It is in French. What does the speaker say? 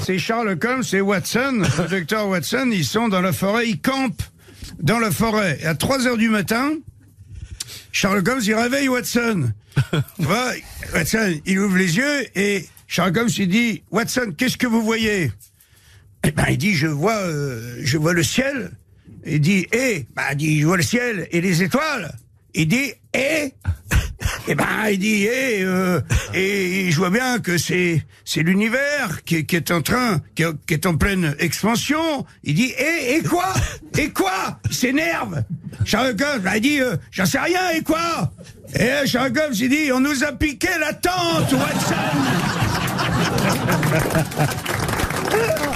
c'est Sherlock Holmes et Watson, le docteur Watson, ils sont dans la forêt, ils campent dans la forêt. Et à 3h du matin, Sherlock Holmes, il réveille Watson. Tu vois, Watson, il ouvre les yeux et Sherlock Holmes, il dit, Watson, qu'est-ce que vous voyez? Eh ben, il dit, je vois le ciel. Il dit, il dit, je vois le ciel et les étoiles. Il dit, eh ben, il dit, et je vois bien que c'est l'univers qui est en pleine expansion. Il dit, et quoi? Et quoi? Il s'énerve. Sherlock Holmes, il dit, j'en sais rien, et quoi? Et Sherlock Holmes, il dit, on nous a piqué la tente, Watson.